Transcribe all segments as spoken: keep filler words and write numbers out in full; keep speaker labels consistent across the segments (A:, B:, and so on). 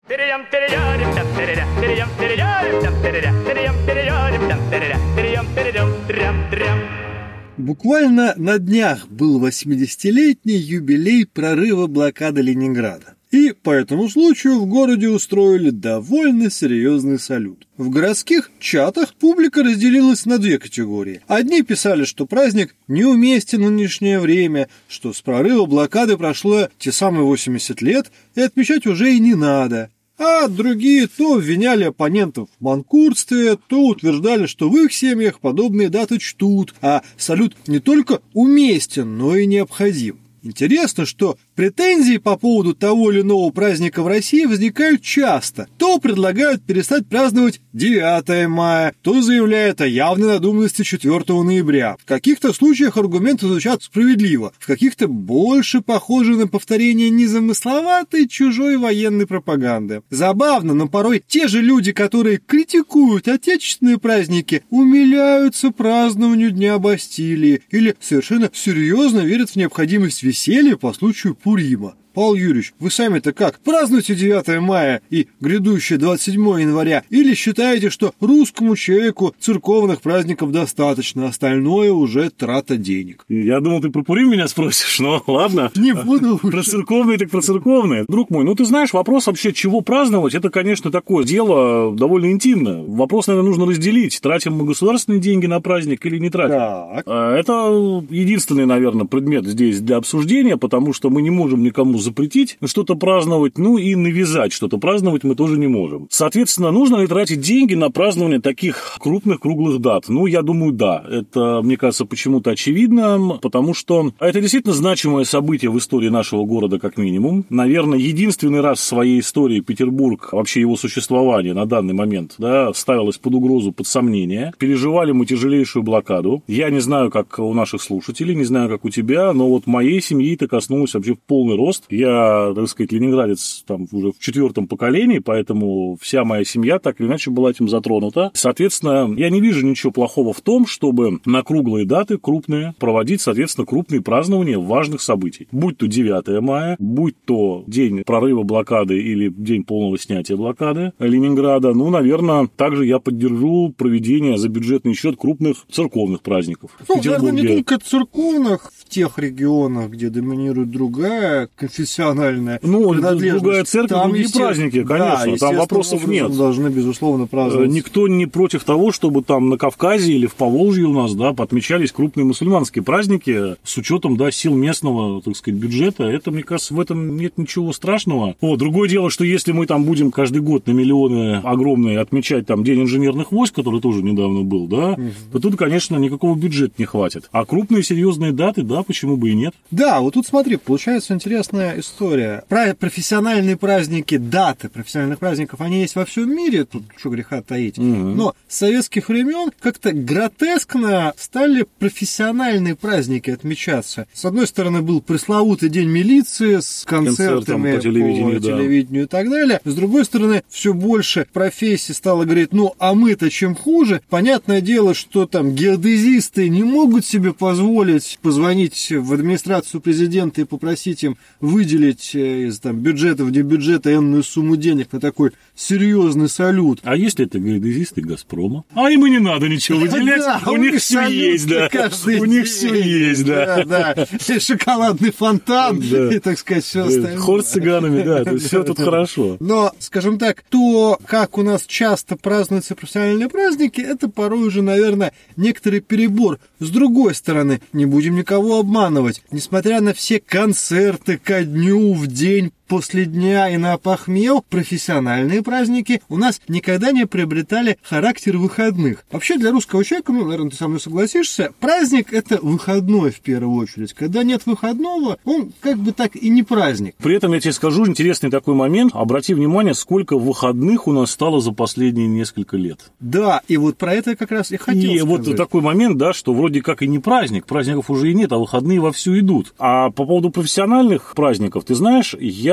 A: Буквально на днях был восьмидесятилетний юбилей прорыва блокады Ленинграда. И по этому случаю в городе устроили довольно серьезный салют. В городских чатах публика разделилась на две категории. Одни писали, что праздник неуместен в нынешнее время, что с прорыва блокады прошло те самые восемьдесят лет, и отмечать уже и не надо. А другие то обвиняли оппонентов в манкуртстве, то утверждали, что в их семьях подобные даты чтут, а салют не только уместен, но и необходим. Интересно, что претензии по поводу того или иного праздника в России возникают часто. То предлагают перестать праздновать девятое мая, то заявляют о явной надуманности четвёртого ноября. В каких-то случаях аргументы звучат справедливо, в каких-то больше похожи на повторение незамысловатой чужой военной пропаганды. Забавно, но порой те же люди, которые критикуют отечественные праздники, умиляются празднованию Дня Бастилии или совершенно серьезно верят в необходимость веселья по случаю Пурима. Павел Юрьевич, вы сами-то как? Празднуете девятое мая и грядущее двадцать седьмое января? Или считаете, что русскому человеку церковных праздников достаточно, остальное уже трата денег?
B: Я думал, ты про Пурим меня спросишь, но ладно.
A: Не буду.
B: Про церковные так про церковные. Друг мой, ну ты знаешь, вопрос вообще, чего праздновать, это, конечно, такое дело довольно интимное. Вопрос, наверное, нужно разделить. Тратим мы государственные деньги на праздник или не тратим?
A: Так.
B: Это единственный, наверное, предмет здесь для обсуждения, потому что мы не можем никому запретить что-то праздновать, ну и навязать что-то праздновать мы тоже не можем. Соответственно, нужно ли тратить деньги на празднование таких крупных круглых дат? Ну, я думаю, да. Это, мне кажется, почему-то очевидно, потому что это действительно значимое событие в истории нашего города, как минимум. Наверное, единственный раз в своей истории Петербург, вообще его существование на данный момент, да, ставилось под угрозу, под сомнение. Переживали мы тяжелейшую блокаду. Я не знаю, как у наших слушателей, не знаю, как у тебя, но вот моей семьи это коснулось вообще в полный рост. Я, так сказать, ленинградец там уже в четвертом поколении, поэтому вся моя семья так или иначе была этим затронута. Соответственно, я не вижу ничего плохого в том, чтобы на круглые даты, крупные, проводить, соответственно, крупные празднования важных событий. Будь то девятое мая, будь то день прорыва блокады или день полного снятия блокады Ленинграда. Ну, наверное, также я поддержу проведение за бюджетный счет крупных церковных праздников.
A: Ну, наверное, не только церковных, в тех регионах, где доминирует другая конфессиональная
B: ну, другая церковь,
A: там
B: другие праздники, конечно,
A: да,
B: там вопросов нет.
A: Должны, безусловно, праздновать.
B: Никто не против того, чтобы там на Кавказе или в Поволжье у нас, да, отмечались крупные мусульманские праздники с учетом, да, сил местного, так сказать, бюджета. Это, мне кажется, в этом нет ничего страшного. О, другое дело, что если мы там будем каждый год на миллионы огромные отмечать там День инженерных войск, который тоже недавно был, да, угу. то тут, конечно, никакого бюджета не хватит. А крупные серьезные даты, да, почему бы и нет?
A: Да, вот тут смотри, получается интересная история. Про профессиональные праздники, даты профессиональных праздников, они есть во всем мире, тут что греха таить. Угу. Но с советских времен как-то гротескно стали профессиональные праздники отмечаться. С одной стороны, был пресловутый День милиции с концертами по телевидению, по телевидению да. и так далее. С другой стороны, все больше профессий стало говорить, ну, а мы-то чем хуже? Понятное дело, что там геодезисты не могут себе позволить позвонить в администрацию президента и попросить им выделить из там, бюджета в бюджета энную сумму денег на такой серьезный салют.
B: А если это геодезисты Газпрома? А им и не надо ничего выделять,
A: да,
B: у, у них все есть, да. У них все есть, да.
A: Да, да. Шоколадный фонтан и, так сказать, все остальное.
B: Хор с цыганами, да, все тут хорошо.
A: Но, скажем так, то, как у нас часто празднуются профессиональные праздники, это порой уже, наверное, некоторый перебор. С другой стороны, не будем никого обманывать. Несмотря на все концерты ко дню, в день, после дня и на похмел, профессиональные праздники у нас никогда не приобретали характер выходных. Вообще для русского человека, ну, наверное, ты со мной согласишься, праздник – это выходной в первую очередь. Когда нет выходного, он как бы так и не праздник.
B: При этом я тебе скажу интересный такой момент. Обрати внимание, сколько выходных у нас стало за последние несколько лет.
A: Да, и вот про это как раз и хотел
B: и
A: сказать.
B: И вот такой момент, да, что вроде как и не праздник, праздников уже и нет, а выходные вовсю идут. А по поводу профессиональных праздников, ты знаешь, я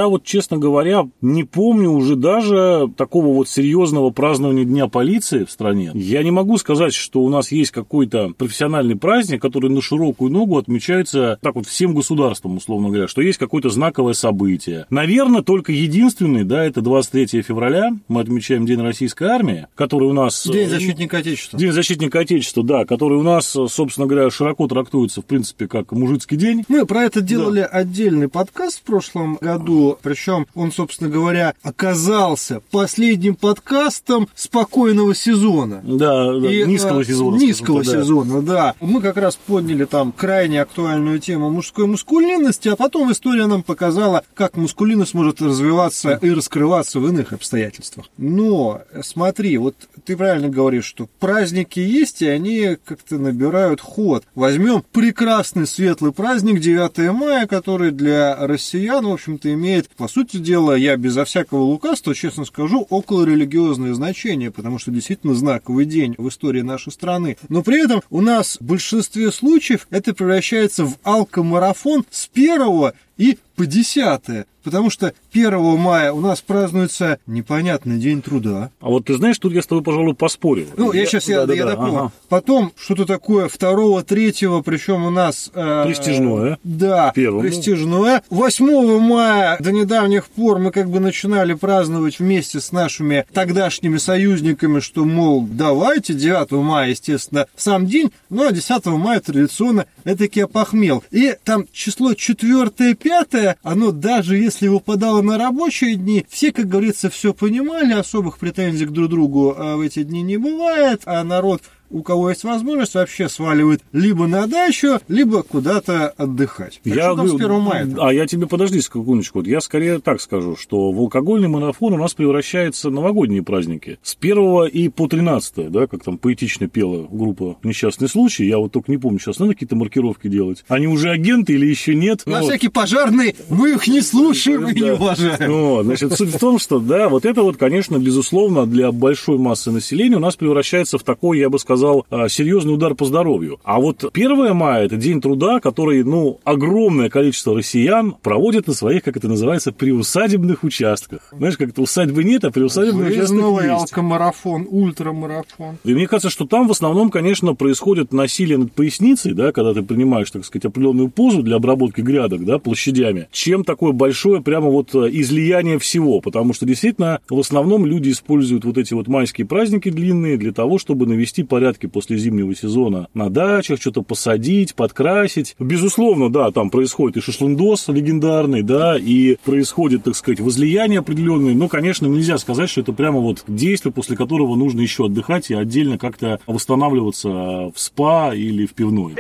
B: я вот, честно говоря, не помню уже даже такого вот серьезного празднования Дня полиции в стране. Я не могу сказать, что у нас есть какой-то профессиональный праздник, который на широкую ногу отмечается так вот всем государством, условно говоря, что есть какое-то знаковое событие. Наверное, только единственный, да, это двадцать третьего февраля, мы отмечаем День Российской Армии, который у нас...
A: День защитника Отечества.
B: День защитника Отечества, да, который у нас, собственно говоря, широко трактуется, в принципе, как мужицкий день.
A: Мы про это делали да. отдельный подкаст в прошлом году, причем он, собственно говоря, оказался последним подкастом спокойного сезона.
B: Да, да
A: И,
B: низкого сезона.
A: Низкого сезона, да. да. Мы как раз подняли там крайне актуальную тему мужской мускулинности, а потом история нам показала, как мускулинность может развиваться и раскрываться в иных обстоятельствах. Но, смотри, вот ты правильно говоришь, что праздники есть, и они как-то набирают ход. Возьмем прекрасный светлый праздник девятого мая, который для россиян, в общем-то, имеет, по сути дела, я безо всякого лукавства, честно скажу, околорелигиозное значение, потому что действительно знаковый день в истории нашей страны. Но при этом у нас в большинстве случаев это превращается в алкомарафон с первого и по десятое, потому что первого мая у нас празднуется непонятный День труда.
B: А вот ты знаешь, тут я с тобой, пожалуй, поспорил.
A: Ну, я, я сейчас, я, да, я да, дополню. Ага. Потом что-то такое второго, третьего, причем у нас... Э,
B: престижное.
A: Да,
B: Первому.
A: престижное. восьмого мая до недавних пор мы как бы начинали праздновать вместе с нашими тогдашними союзниками, что, мол, давайте, девятого мая, естественно, сам день, ну, а десятого мая традиционно этаки опохмел. И там число четвёртое, пятое, оно даже если выпадало на рабочие дни, все, как говорится, все понимали, особых претензий к друг другу в эти дни не бывает, а народ, у кого есть возможность, вообще сваливает либо на дачу, либо куда-то отдыхать. Так
B: я,
A: что там с первого мая?
B: А я тебе подожди секундочку. Вот я скорее так скажу, что в алкогольный марафон у нас превращается новогодние праздники. С первого и по тринадцатое, да, как там поэтично пела группа «Несчастный случай». Я вот только не помню, сейчас надо какие-то маркировки делать. Они уже агенты или еще нет?
A: На
B: ну,
A: всякий пожарный мы их не слушаем и не уважаем.
B: Ну, значит, суть в том, что, да, вот это вот, конечно, безусловно, для большой массы населения у нас превращается в такой, я бы сказал, серьезный удар по здоровью. А вот первое мая – это день труда, который, ну, огромное количество россиян проводит на своих, как это называется, приусадебных участках. Знаешь, как-то усадьбы нет, а приусадебный участок есть.
A: Новый алкомарафон, ультрамарафон.
B: И мне кажется, что там в основном, конечно, происходит насилие над поясницей, да, когда ты принимаешь, так сказать, определенную позу для обработки грядок, да, площадями, чем такое большое прямо вот излияние всего, потому что действительно в основном люди используют вот эти вот майские праздники длинные для того, чтобы навести порядок после зимнего сезона на дачах, что-то посадить, подкрасить. Безусловно, да, там происходит и шашлындос легендарный, да, и происходит, так сказать, возлияние определенное, но, конечно, нельзя сказать, что это прямо вот действие, после которого нужно еще отдыхать и отдельно как-то восстанавливаться в спа или в пивной.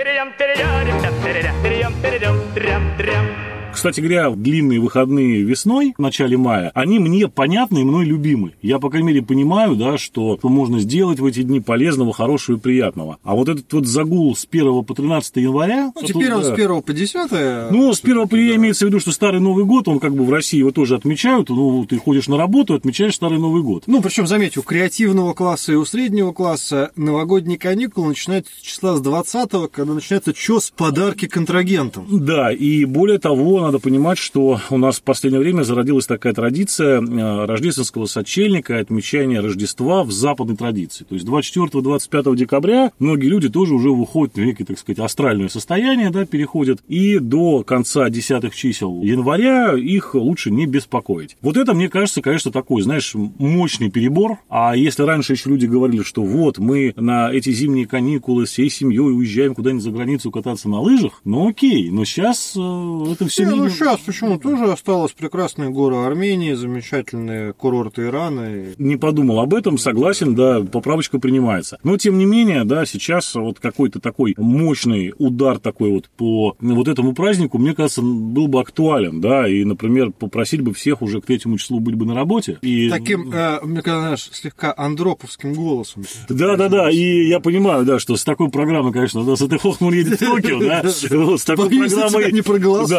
B: Кстати говоря, длинные выходные весной, в начале мая, они мне понятны и мной любимы. Я, по крайней мере, понимаю, да, что можно сделать в эти дни полезного, хорошего и приятного. А вот этот вот загул с первого по тринадцатое января...
A: Ну, теперь он да. с первого по десятое...
B: Ну, с первого по десятое имеется в виду, что Старый Новый год, он как бы в России его тоже отмечают. Ну, ты ходишь на работу, отмечаешь Старый Новый год.
A: Ну, причем, заметь, у креативного класса и у среднего класса новогодние каникулы начинаются с числа с двадцатого, когда начинается чёс подарки контрагентам.
B: Да, и более того, надо понимать, что у нас в последнее время зародилась такая традиция рождественского сочельника, отмечания Рождества в западной традиции. То есть двадцать четвёртого — двадцать пятого декабря многие люди тоже уже выходят в некое, так сказать, астральное состояние, да, переходят, и до конца десятых чисел января их лучше не беспокоить. Вот это, мне кажется, конечно, такой, знаешь, мощный перебор. А если раньше еще люди говорили, что вот мы на эти зимние каникулы всей семьей уезжаем куда-нибудь за границу кататься на лыжах, ну окей, но сейчас это все
A: не... Ну, сейчас почему? Тоже осталось прекрасные горы Армении, замечательные курорты Ирана.
B: Не подумал об этом, согласен, да, поправочка принимается. Но, тем не менее, да, сейчас вот какой-то такой мощный удар такой вот по вот этому празднику, мне кажется, был бы актуален, да, и, например, попросить бы всех уже к третьему числу быть бы на работе. И...
A: Таким, э, мне кажется, знаешь, слегка андроповским голосом.
B: Да-да-да, и я понимаю, да, что с такой программой, конечно, да, с этой Хохман едет в Токио, да, с такой программой...
A: не проголосуют.
B: Да, да,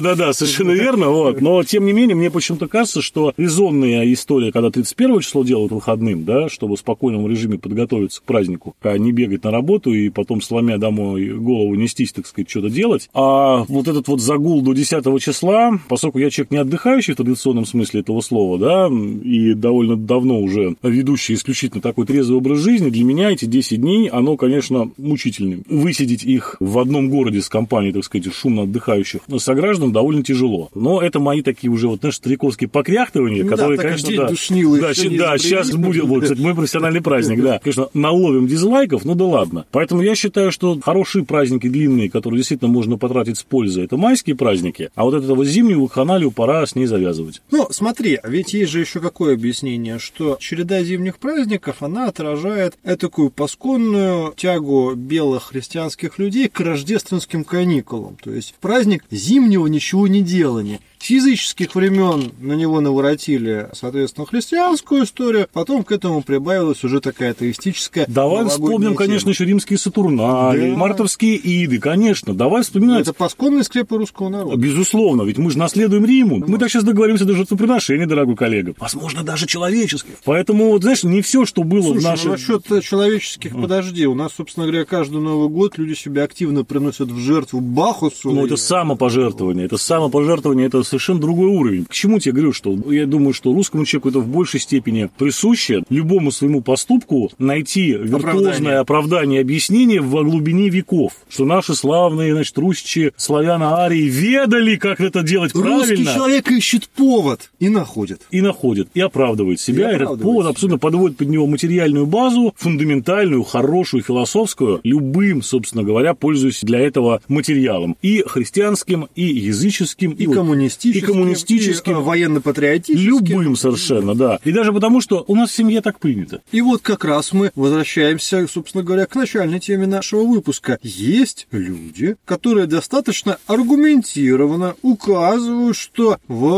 B: Да-да-да, совершенно верно. Вот. Но, тем не менее, мне почему-то кажется, что резонная история, когда тридцать первое число делают выходным, да, чтобы в спокойном режиме подготовиться к празднику, а не бегать на работу и потом, сломя домой голову, нестись, так сказать, что-то делать. А вот этот вот загул до десятого числа, поскольку я человек не отдыхающий в традиционном смысле этого слова, да, и довольно давно уже ведущий исключительно такой трезвый образ жизни, для меня эти десять дней, оно, конечно, мучительное. Высидеть их в одном городе с компанией, так сказать, шумно отдыхающих сограждан довольно тяжело. Но это мои такие уже вот, знаешь, стариковские покряхтывания, ну, которые, да, конечно, да, душнилы, да, да, сейчас будет, вот, кстати, мой профессиональный праздник, да, конечно, наловим дизлайков, ну да ладно. Поэтому я считаю, что хорошие праздники длинные, которые действительно можно потратить с пользой, это майские праздники, а вот этого зимнюю вакханалию пора с ней завязывать.
A: Ну, смотри, ведь есть же еще какое объяснение, что череда зимних праздников, она отражает этакую пасконную тягу белых христианских людей к рождественским каникулам, то есть праздник зимнего ничего не делания. С языческих времен на него наворотили, соответственно, христианскую историю, потом к этому прибавилась уже такая атеистическая.
B: Давай вспомним, тема. Конечно, еще римские Сатурнали, да. Мартовские иды, конечно, давай вспоминать.
A: Это пасконные скрепы русского народа.
B: Безусловно, ведь мы же наследуем Риму. Да. Мы так сейчас договоримся до жертвоприношений, дорогой коллега. Возможно, даже человеческих. Поэтому, вот, знаешь, не все, что было
A: Слушай,
B: в нашем...
A: ну, насчет человеческих, mm. подожди, у нас, собственно говоря, каждый Новый год люди себя активно приносят в жертву Бахусу.
B: Ну, и... это самопожертвование, это самопожертвование, это совершенно другой уровень. К чему тебе говорю, что я думаю, что русскому человеку это в большей степени присуще, любому своему поступку найти виртуозное оправдание, оправдание объяснение в глубине веков, что наши славные, значит, русичи, славяно-арии ведали, как это делать
A: Русский
B: правильно.
A: Русский человек ищет повод и находит.
B: И находит, и оправдывает себя. И Этот оправдывает повод себя. Абсолютно подводит под него материальную базу, фундаментальную, хорошую, философскую, любым, собственно говоря, пользуясь для этого материалом. И христианским, и языческим,
A: и, и коммунистическим.
B: И коммунистическим,
A: и военно-патриотическим.
B: Любым совершенно, да. И даже потому, что у нас в семье так принято.
A: И вот как раз мы возвращаемся, собственно говоря, к начальной теме нашего выпуска. Есть люди, которые достаточно аргументированно указывают, что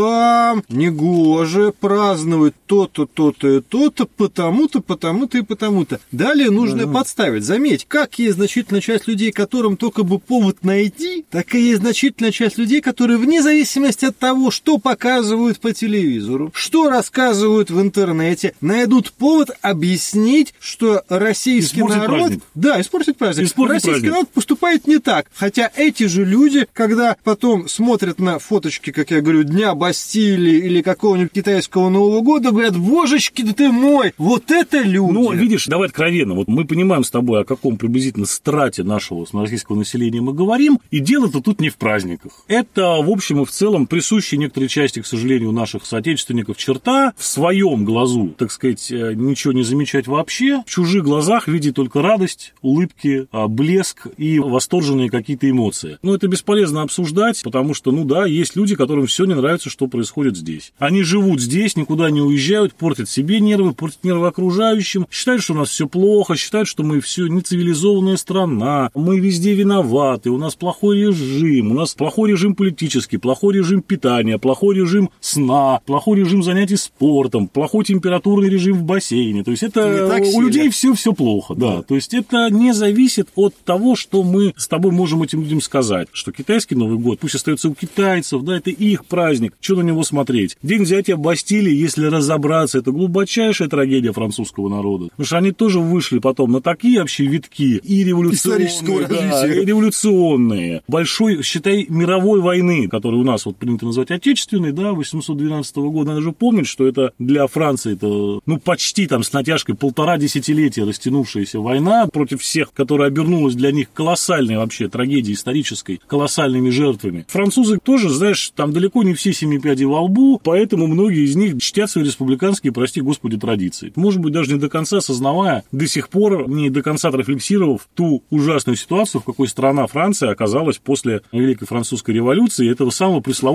A: вам негоже праздновать то-то, то-то и то-то, потому-то, потому-то и потому-то. Далее нужно mm-hmm. подставить. Заметь, как есть значительная часть людей, которым только бы повод найти, так и есть значительная часть людей, которые вне зависимости от того, что показывают по телевизору, что рассказывают в интернете, найдут повод объяснить, что российский испортить народ...
B: Праздник.
A: Да, испортить праздник.
B: Испортить
A: российский
B: праздник.
A: народ поступает не так. Хотя эти же люди, когда потом смотрят на фоточки, как я говорю, Дня Бастилии или какого-нибудь китайского Нового года, говорят, божечки да ты мой, вот это люди.
B: Ну, видишь, давай откровенно, вот мы понимаем с тобой, о каком приблизительно страте нашего российского населения мы говорим, и дело-то тут не в праздниках. Это, в общем и в целом, присущая некоторой части, к сожалению, наших соотечественников черта, в своем глазу, так сказать, ничего не замечать вообще, в чужих глазах видеть только радость, улыбки, блеск и восторженные какие-то эмоции. Но это бесполезно обсуждать, потому что, ну да, есть люди, которым все не нравится, что происходит здесь. Они живут здесь, никуда не уезжают, портят себе нервы, портят нервы окружающим, считают, что у нас все плохо, считают, что мы все нецивилизованная страна, мы везде виноваты, у нас плохой режим, у нас плохой режим политический, плохой режим питания, плохой режим сна, плохой режим занятий спортом, плохой температурный режим в бассейне. То есть это у людей все, все плохо. Да. Да. То есть это не зависит от того, что мы с тобой можем этим людям сказать. Что китайский Новый год пусть остается у китайцев, да, это их праздник. Что на него смотреть? День взятия Бастилии, если разобраться, это глубочайшая трагедия французского народа. Потому что они тоже вышли потом на такие вообще витки и революционные, да, и революционные. Большой, считай, мировой войны, которую у нас вот принято называть отечественной, да, восемьсот двенадцатого года. Надо же помнить, что это для Франции это, ну, почти там с натяжкой полтора десятилетия растянувшаяся война против всех, которая обернулась для них колоссальной вообще трагедией исторической, колоссальными жертвами. Французы тоже, знаешь, там далеко не все семи пядей во лбу, поэтому многие из них чтят свои республиканские, прости господи, традиции. Может быть, даже не до конца осознавая, до сих пор не до конца отрефлексировав ту ужасную ситуацию, в какой страна Франция оказалась после Великой Французской революции, этого самого пресловутого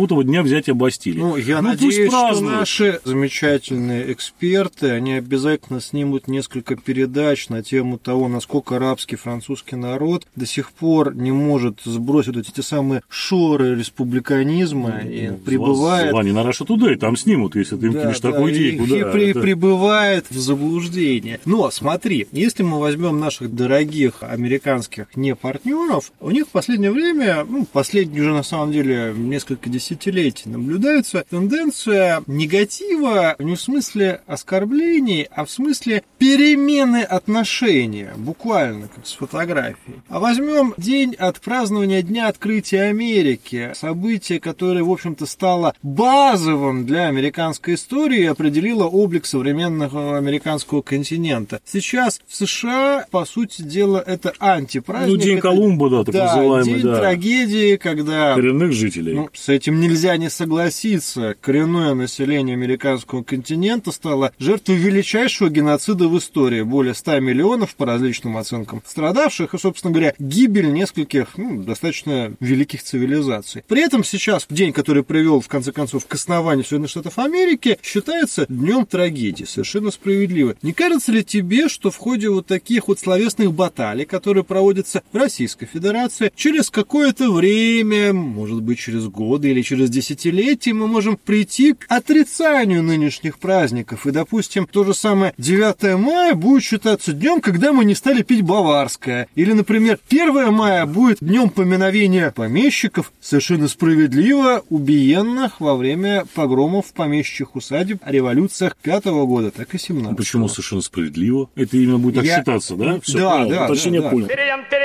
B: пресловутого дня взятия Бастилии.
A: Ну, я
B: ну,
A: надеюсь, что наши замечательные эксперты, они обязательно снимут несколько передач на тему того, насколько арабский французский народ до сих пор не может сбросить вот эти те самые шоры республиканизма ну, и ну, пребывает...
B: Звони на Russia Today, там снимут, если ты им да, кинешь да, такую идею.
A: И,
B: да,
A: при,
B: это...
A: пребывает в заблуждении. Но смотри, если мы возьмем наших дорогих американских непартнеров, у них в последнее время, ну, последние уже на самом деле несколько десятилетий наблюдается тенденция негатива не в смысле оскорблений, а в смысле перемены отношения, буквально как с фотографией. А возьмем день от празднования Дня открытия Америки, событие, которое, в общем-то, стало базовым для американской истории и определило облик современного американского континента. Сейчас в США, по сути дела, это антипраздник.
B: Ну, День
A: это,
B: Колумба, да, так
A: да,
B: называемый,
A: день
B: да.
A: трагедии, когда...
B: коренных жителей.
A: Ну, с этим нельзя не согласиться. Коренное население американского континента стало жертвой величайшего геноцида в истории. Более ста миллионов, по различным оценкам, страдавших и, собственно говоря, гибель нескольких, ну, достаточно великих цивилизаций. При этом сейчас день, который привел, в конце концов, к основанию Соединенных Штатов Америки, считается днем трагедии. Совершенно справедливо. Не кажется ли тебе, что в ходе вот таких вот словесных баталий, которые проводятся в Российской Федерации, через какое-то время, может быть, через годы или через десятилетия, мы можем прийти к отрицанию нынешних праздников. И, допустим, то же самое девятое мая будет считаться днем, когда мы не стали пить баварское. Или, например, первое мая будет днем поминовения помещиков, совершенно справедливо убиенных во время погромов в помещичьих усадеб о революциях пятого года, так и семнадцатого.
B: Почему совершенно справедливо? Это имя будет так Я... считаться, да? Все,
A: да,
B: понял.
A: да,
B: Точнее,
A: да,
B: я понял.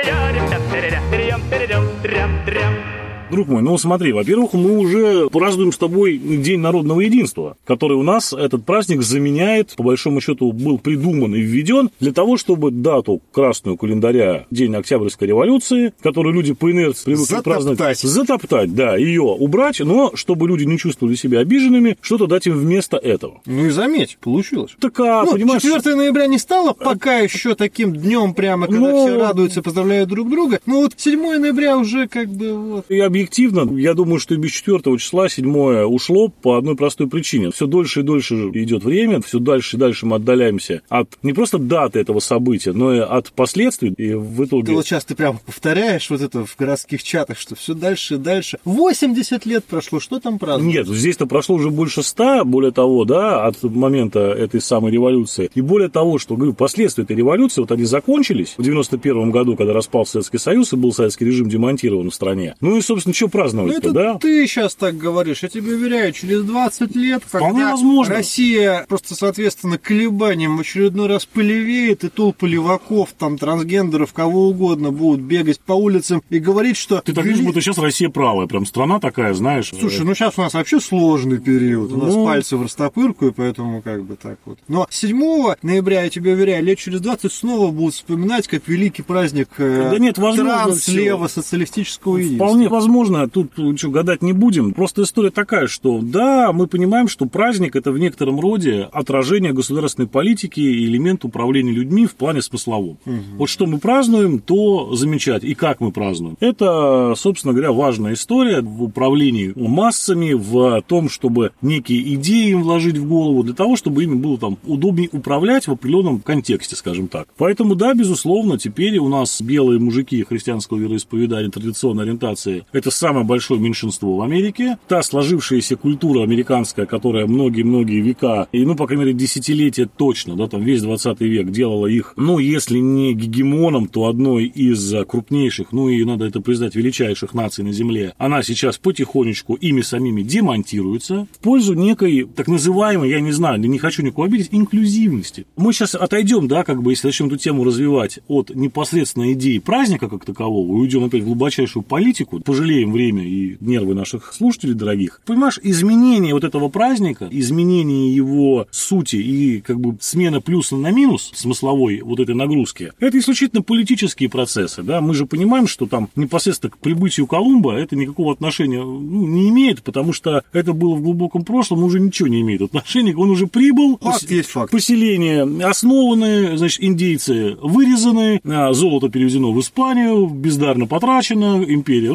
B: Друг мой, ну смотри, во-первых, мы уже празднуем с тобой День народного единства, который у нас, этот праздник, заменяет, по большому счету, был придуман и введен для того, чтобы дату красную календаря, День Октябрьской революции, которую люди по инерции привыкли затоптать. праздновать, затоптать, да, ее убрать, но чтобы люди не чувствовали себя обиженными, что-то дать им вместо этого.
A: Ну и заметь, получилось.
B: Так, а,
A: ну,
B: понимаешь...
A: четвёртого ноября не стало пока еще таким днем прямо, когда но... все радуются, поздравляют друг друга. Ну вот седьмого ноября уже как бы вот...
B: И объективно, я думаю, что и без четвёртого числа седьмое ушло по одной простой причине. Все дольше и дольше идет время, все дальше и дальше мы отдаляемся от не просто даты этого события, но и от последствий. И в итоге...
A: Ты вот сейчас ты прямо повторяешь вот это в городских чатах, что все дальше и дальше. восемьдесят лет прошло, что там праздновать?
B: Нет, здесь-то прошло уже больше ста, более того, да, от момента этой самой революции. И более того, что, говорю, последствия этой революции, вот они закончились в девяносто первом году, когда распался Советский Союз и был советский режим демонтирован в стране. Ну и, собственно, что праздновать-то,
A: ну,
B: да?
A: Ты сейчас так говоришь, я тебе уверяю, через двадцать лет, когда
B: возможно.
A: Россия просто, соответственно, колебаниям в очередной раз полевеет, и толпы леваков, там, трансгендеров, кого угодно будут бегать по улицам и говорить, что...
B: Ты так видишь, будто сейчас Россия правая, прям страна такая, знаешь.
A: Слушай, ну сейчас у нас вообще сложный период, у нас ну... пальцы в растопырку, и поэтому как бы так вот. Но седьмого ноября, я тебе уверяю, лет через двадцать снова будут вспоминать, как великий праздник э,
B: да нет, возможно,
A: транс-лево социалистического единства.
B: Вполне возможно, тут что, гадать не будем. Просто история такая, что да, мы понимаем, что праздник – это в некотором роде отражение государственной политики и элемент управления людьми в плане смысловом. Угу. Вот что мы празднуем, то замечать. И как мы празднуем. Это, собственно говоря, важная история в управлении массами, в том, чтобы некие идеи им вложить в голову, для того, чтобы ими было там удобнее управлять в определенном контексте, скажем так. Поэтому, да, безусловно, теперь у нас белые мужики христианского вероисповедания, традиционной ориентации – это самое большое меньшинство в Америке. Та сложившаяся культура американская, которая многие-многие века, и, ну, по крайней мере, десятилетия точно, да, там весь двадцатый век делала их, ну, если не гегемоном, то одной из крупнейших, ну, и надо это признать, величайших наций на Земле, она сейчас потихонечку ими самими демонтируется в пользу некой, так называемой, я не знаю, не хочу никого обидеть, инклюзивности. Мы сейчас отойдем, да, как бы, если начнем эту тему развивать от непосредственно идеи праздника как такового, уйдем опять в глубочайшую политику, пожалеем время и нервы наших слушателей дорогих. Понимаешь, изменение вот этого праздника, изменение его сути и как бы смена плюса на минус смысловой вот этой нагрузки, это исключительно политические процессы, да, мы же понимаем, что там непосредственно к прибытию Колумба это никакого отношения, ну, не имеет, потому что это было в глубоком прошлом, уже ничего не имеет отношения, он уже прибыл,
A: факт есть факт.
B: Поселения основаны, значит, индейцы вырезаны, золото перевезено в Испанию, бездарно потрачено, империя рухнула, ну,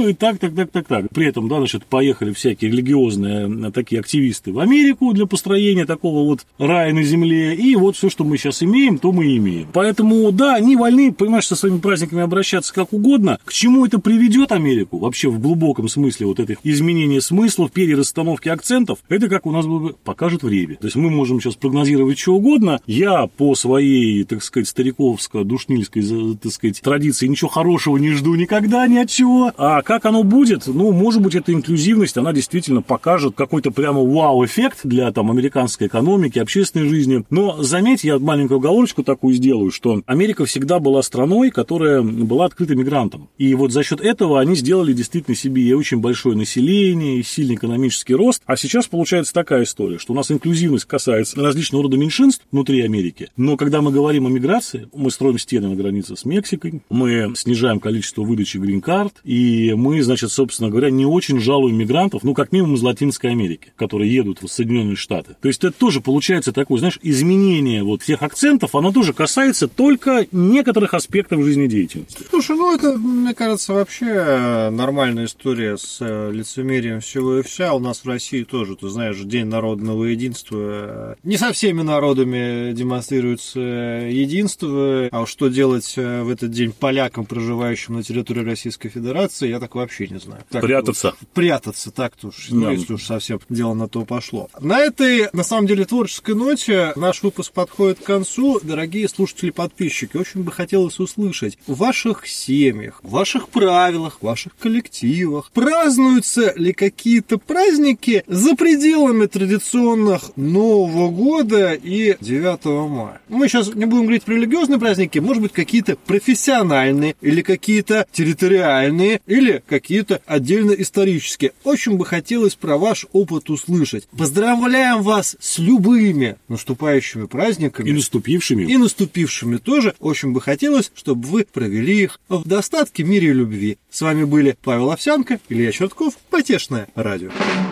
B: Ну и так, так, так, так, так. При этом, да, значит, поехали всякие религиозные такие активисты в Америку для построения такого вот рая на земле. И вот все, что мы сейчас имеем, то мы имеем. Поэтому, да, они вольны, понимаешь, со своими праздниками обращаться как угодно. К чему это приведет Америку? Вообще в глубоком смысле вот этих изменения смыслов, перерасстановки акцентов, это как у нас покажет время. То есть мы можем сейчас прогнозировать что угодно. Я по своей, так сказать, стариковско-душнильской, так сказать, традиции ничего хорошего не жду никогда ни от чего. А как оно будет? Ну, может быть, эта инклюзивность, она действительно покажет какой-то прямо вау-эффект для там американской экономики, общественной жизни. Но заметь, я маленькую оговорочку такую сделаю, что Америка всегда была страной, которая была открыта мигрантам. И вот за счет этого они сделали действительно себе и очень большое население, и сильный экономический рост. А сейчас получается такая история, что у нас инклюзивность касается различного рода меньшинств внутри Америки. Но когда мы говорим о миграции, мы строим стены на границе с Мексикой, мы снижаем количество выдачи грин-карт, и мы, значит, собственно говоря, не очень жалуем мигрантов, ну, как минимум из Латинской Америки, которые едут в Соединенные Штаты. То есть это тоже получается такое, знаешь, изменение вот всех акцентов, оно тоже касается только некоторых аспектов жизнедеятельности.
A: Слушай, ну это, мне кажется, вообще нормальная история с лицемерием всего и вся. У нас в России тоже, ты знаешь, День народного единства. Не со всеми народами демонстрируется единство, а что делать в этот день полякам, проживающим на территории Российской Федерации, я так вообще не знаю. Так,
B: прятаться.
A: Прятаться, так-то уж, ну, да. Если уж совсем дело на то пошло. На этой, на самом деле, творческой ноте наш выпуск подходит к концу. Дорогие слушатели-подписчики, очень бы хотелось услышать в ваших семьях, в ваших правилах, в ваших коллективах празднуются ли какие-то праздники за пределами традиционных Нового года и девятого мая. Мы сейчас не будем говорить про религиозные праздники, может быть, какие-то профессиональные, или какие-то территориальные, или какие-то отдельно исторические. Очень бы хотелось про ваш опыт услышать. Поздравляем вас с любыми наступающими праздниками.
B: И наступившими.
A: И наступившими тоже. Очень бы хотелось, чтобы вы провели их в достатке, мире и любви. С вами были Павел Овсянко, Илья Чертков, Потешное радио.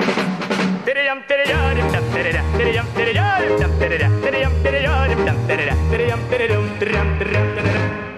A: Перейдем, перейдем, перейдем, перейдем, перейдем, перейдем, перейдем, перейдем, перейдем, перейдем, перейдем, перейдем, перейдем.